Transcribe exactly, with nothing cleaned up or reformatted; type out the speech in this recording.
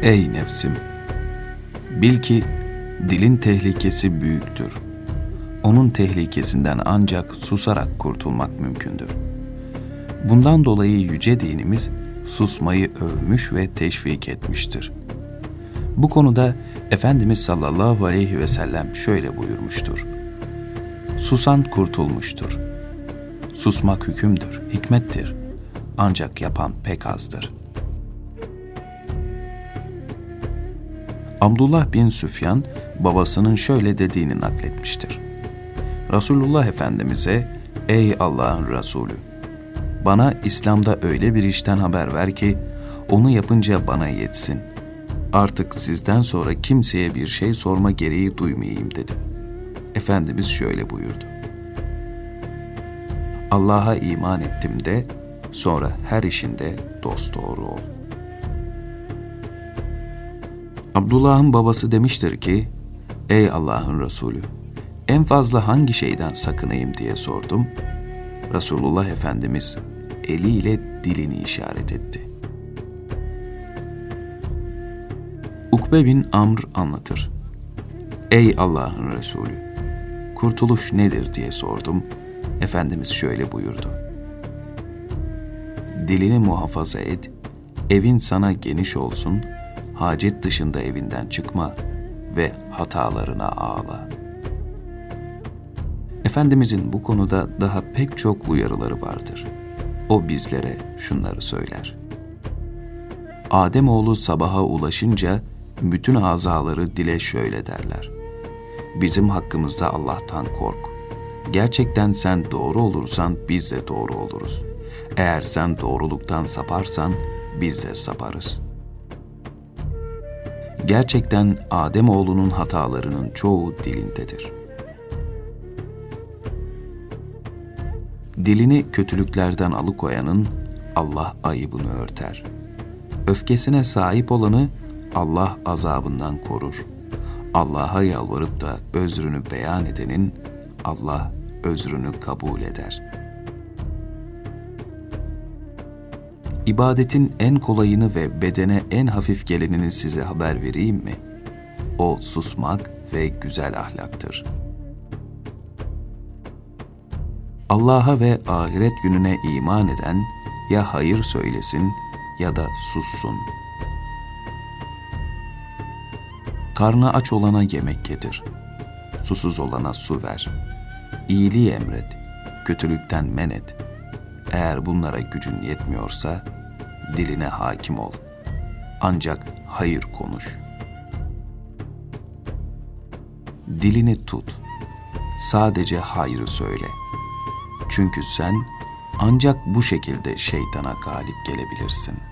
Ey nefsim! Bil ki dilin tehlikesi büyüktür. Onun tehlikesinden ancak susarak kurtulmak mümkündür. Bundan dolayı yüce dinimiz susmayı övmüş ve teşvik etmiştir. Bu konuda Efendimiz sallallahu aleyhi ve sellem şöyle buyurmuştur: Susan kurtulmuştur. Susmak hükümdür, hikmettir. Ancak yapan pek azdır. Abdullah bin Süfyan babasının şöyle dediğini nakletmiştir. Resulullah Efendimiz'e, ey Allah'ın Resulü, bana İslam'da öyle bir işten haber ver ki onu yapınca bana yetsin. Artık sizden sonra kimseye bir şey sorma gereği duymayayım dedim. Efendimiz şöyle buyurdu: Allah'a iman ettim de sonra her işinde dosdoğru ol. Abdullah'ın babası demiştir ki, ey Allah'ın Resulü, en fazla hangi şeyden sakınayım diye sordum. Resulullah Efendimiz eliyle dilini işaret etti. Ukbe bin Amr anlatır. Ey Allah'ın Resulü, kurtuluş nedir diye sordum. Efendimiz şöyle buyurdu: Dilini muhafaza et, evin sana geniş olsun, hacet dışında evinden çıkma ve hatalarına ağla. Efendimizin bu konuda daha pek çok uyarıları vardır. O bizlere şunları söyler: Ademoğlu sabaha ulaşınca bütün azaları dile şöyle derler: Bizim hakkımızda Allah'tan kork. Gerçekten sen doğru olursan biz de doğru oluruz. Eğer sen doğruluktan saparsan biz de saparız. Gerçekten Ademoğlunun hatalarının çoğu dilindedir. Dilini kötülüklerden alıkoyanın Allah ayıbını örter. Öfkesine sahip olanı Allah azabından korur. Allah'a yalvarıp da özrünü beyan edenin Allah özrünü kabul eder. İbadetin en kolayını ve bedene en hafif gelenini size haber vereyim mi? O susmak ve güzel ahlaktır. Allah'a ve ahiret gününe iman eden ya hayır söylesin ya da sussun. Karnı aç olana yemek yedir. Susuz olana su ver. İyiliği emret, kötülükten men et. Eğer bunlara gücün yetmiyorsa diline hakim ol. Ancak hayır konuş. Dilini tut. Sadece hayrı söyle. Çünkü sen ancak bu şekilde şeytana galip gelebilirsin.